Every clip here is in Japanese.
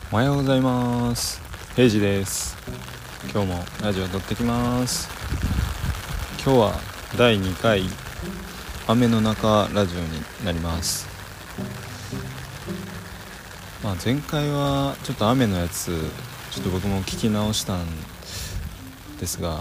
おはようございます。平時です。今日もラジオ撮ってきます。今日は第2回雨の中ラジオになります。前回はちょっと雨のやつちょっと僕も聞き直したんですが、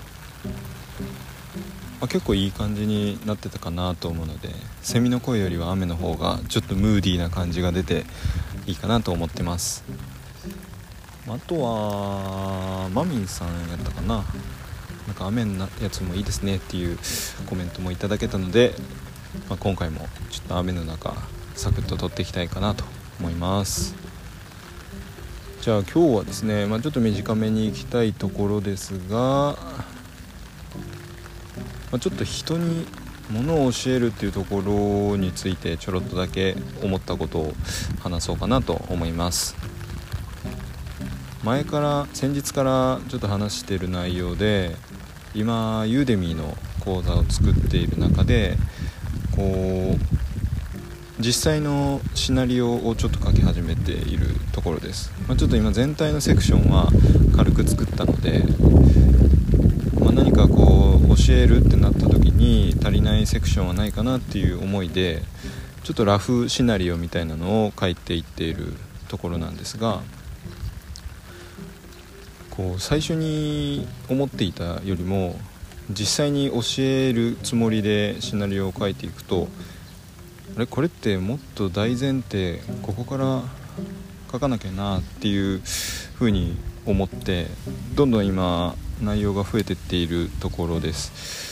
結構いい感じになってたかなと思うので、セミの声よりは雨の方がちょっとムーディーな感じが出ていいかなと思ってます。あとはマミンさんやったかな、なんか雨のやつもいいですねっていうコメントもいただけたので、今回もちょっと雨の中サクッと撮っていきたいかなと思います。じゃあ今日はですね、ちょっと短めに行きたいところですが、ちょっと人に物を教えるっていうところについてちょろっとだけ思ったことを話そうかなと思います。先日からちょっと話している内容で、今ユーデミーの講座を作っている中で実際のシナリオをちょっと書き始めているところです。ちょっと今全体のセクションは軽く作ったので、何か教えるってなった時に足りないセクションはないかなっていう思いで、ちょっとラフシナリオみたいなのを書いていっているところなんですが、最初に思っていたよりも実際に教えるつもりでシナリオを書いていくと、これってもっと大前提ここから書かなきゃなっていう風に思って、どんどん今内容が増えていっているところです。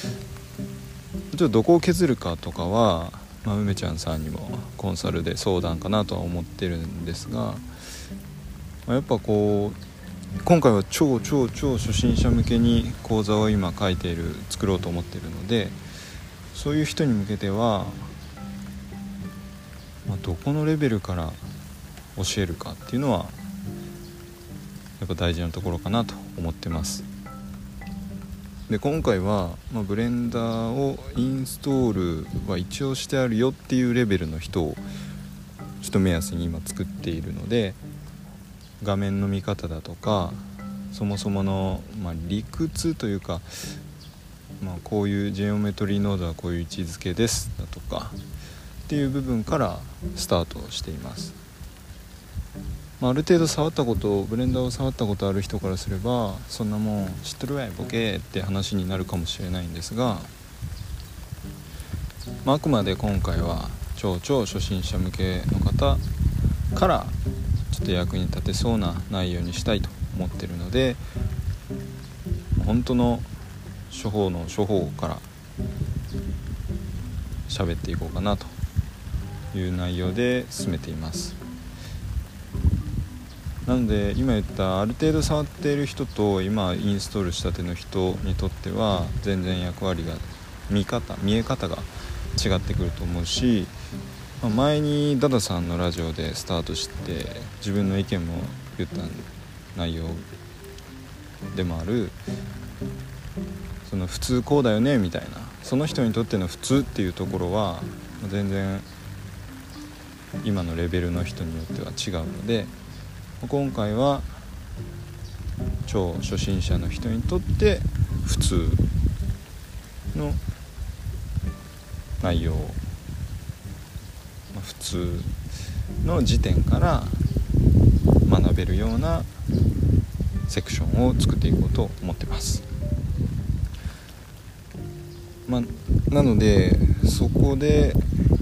ちょっとどこを削るかとかは、梅ちゃんさんにもコンサルで相談かなとは思ってるんですが、やっぱ今回は超初心者向けに講座を今作ろうと思っているので、そういう人に向けては、どこのレベルから教えるかっていうのはやっぱ大事なところかなと思ってます。で今回は、ブレンダーをインストールは一応してあるよっていうレベルの人をちょっと目安に今作っているので、画面の見方だとかそもそもの、理屈というか、こういうジオメトリーノードはこういう位置づけですだとかっていう部分からスタートしています。ある程度ブレンダーを触ったことある人からすれば、そんなもん知ってるわいボケって話になるかもしれないんですが、あくまで今回は超初心者向けの方からちょっと役に立てそうな内容にしたいと思ってるので、本当の処方の処方から喋っていこうかなという内容で進めています。なので今言ったある程度触っている人と今インストールしたての人にとっては全然役割が見え方が違ってくると思うし、前にダダさんのラジオでスタートして自分の意見も言った内容でもある、その普通こうだよねみたいな、その人にとっての普通っていうところは全然今のレベルの人によっては違うので、今回は超初心者の人にとって普通の内容、普通の時点から学べるようなセクションを作っていこうと思ってます。なのでそこで、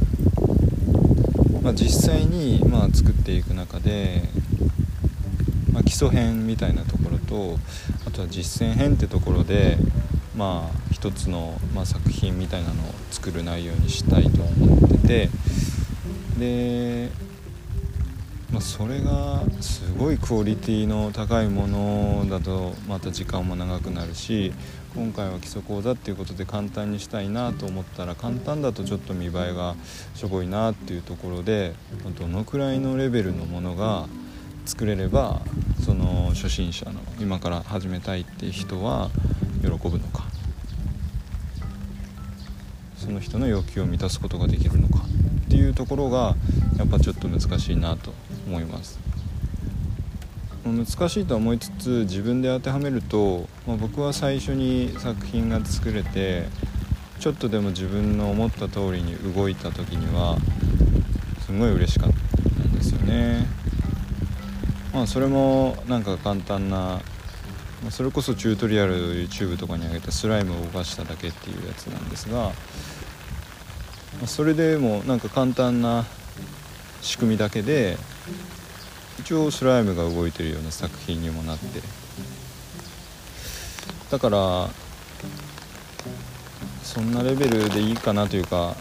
実際に作っていく中で、基礎編みたいなところと、あとは実践編ってところで一つの、作品みたいなのを作る内容にしたいと思ってて、で、それがすごいクオリティの高いものだとまた時間も長くなるし、今回は基礎講座っていうことで簡単にしたいなと思ったら、簡単だとちょっと見栄えがしょぼいなっていうところで、どのくらいのレベルのものが作れればその初心者の今から始めたいっていう人は喜ぶのか、その人の要求を満たすことができるのかっていうところがやっぱちょっと難しいなと思います。 難しいとは思いつつ自分で当てはめると、僕は最初に作品が作れてちょっとでも自分の思った通りに動いた時にはすごい嬉しかったんですよね。それもなんか簡単な、それこそチュートリアル YouTube とかに上げたスライムを動かしただけっていうやつなんですが、それでもなんか簡単な仕組みだけで一応スライムが動いてるような作品にもなって、だからそんなレベルでいいかなというか、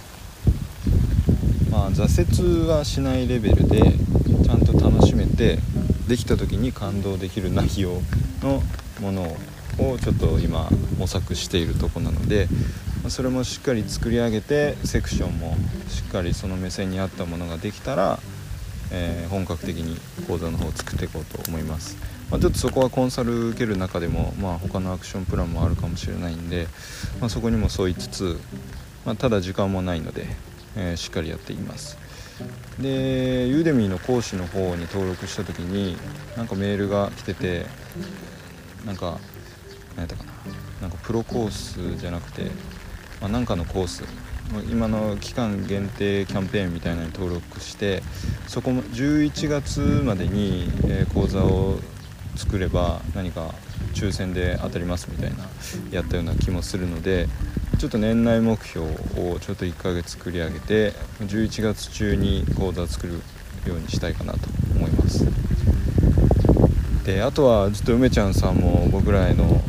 挫折はしないレベルでちゃんと楽しめてできた時に感動できる内容のものをちょっと今模索しているところなので、それもしっかり作り上げてセクションもしっかりその目線に合ったものができたら、本格的に講座の方を作っていこうと思います。ちょっとそこはコンサル受ける中でも、他のアクションプランもあるかもしれないんで、そこにも沿いつつ、ただ時間もないので、しっかりやっています。でユーデミーの講師の方に登録した時になんかメールが来てて、何やったかな、なんかプロコースじゃなくて、なんかのコース、今の期間限定キャンペーンみたいなのに登録して、そこも11月までに、講座を作れば何か抽選で当たりますみたいなやったような気もするので、ちょっと年内目標をちょっと1ヶ月繰り上げて11月中に講座を作るようにしたいかなと思います。であとはちょっと梅ちゃんさんも僕らへの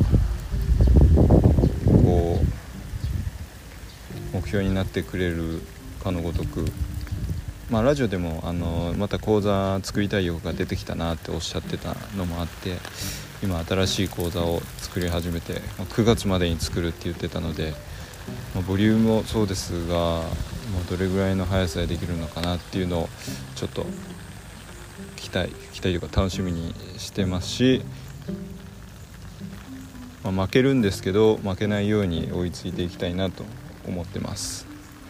こう目標になってくれるかのごとく、ラジオでもまた講座作りたい欲が出てきたなっておっしゃってたのもあって、今新しい講座を作り始めて9月までに作るって言ってたので、ボリュームもそうですが、どれぐらいの速さでできるのかなっていうのをちょっと期待というか楽しみにしてますし、負けるんですけど負けないように追いついていきたいなと思ってます。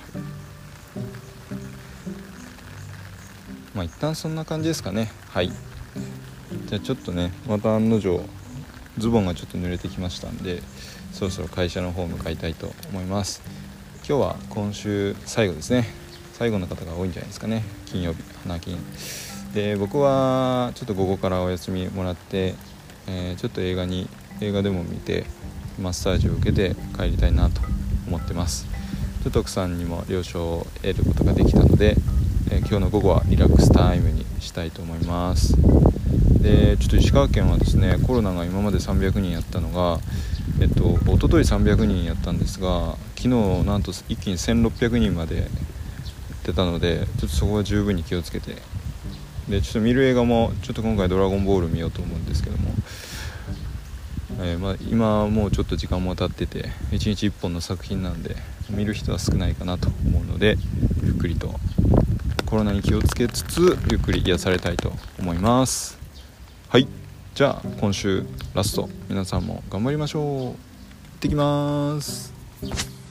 一旦そんな感じですかね。はい、じゃあちょっとね、また案の定ズボンがちょっと濡れてきましたんで、そろそろ会社の方向かいたいと思います。今日は今週最後ですね。最後の方が多いんじゃないですかね。金曜日花金で、僕はちょっと午後からお休みもらって、ちょっと映画でも見てマッサージを受けて帰りたいなと思ってます。ちょっと奥さんにも了承を得ることができたので、今日の午後はリラックスタイムにしたいと思います。でちょっと石川県はですね、コロナが今まで300人やったのが、一昨日300人やったんですが、昨日なんと一気に1600人まで出たので、ちょっとそこは十分に気をつけて、でちょっと見る映画もちょっと今回ドラゴンボール見ようと思うんですけども、今もうちょっと時間も経ってて1日1本の作品なんで見る人は少ないかなと思うので、ゆっくりとコロナに気をつけつつゆっくり癒されたいと思います。はい、じゃあ今週ラスト、皆さんも頑張りましょう。行ってきます。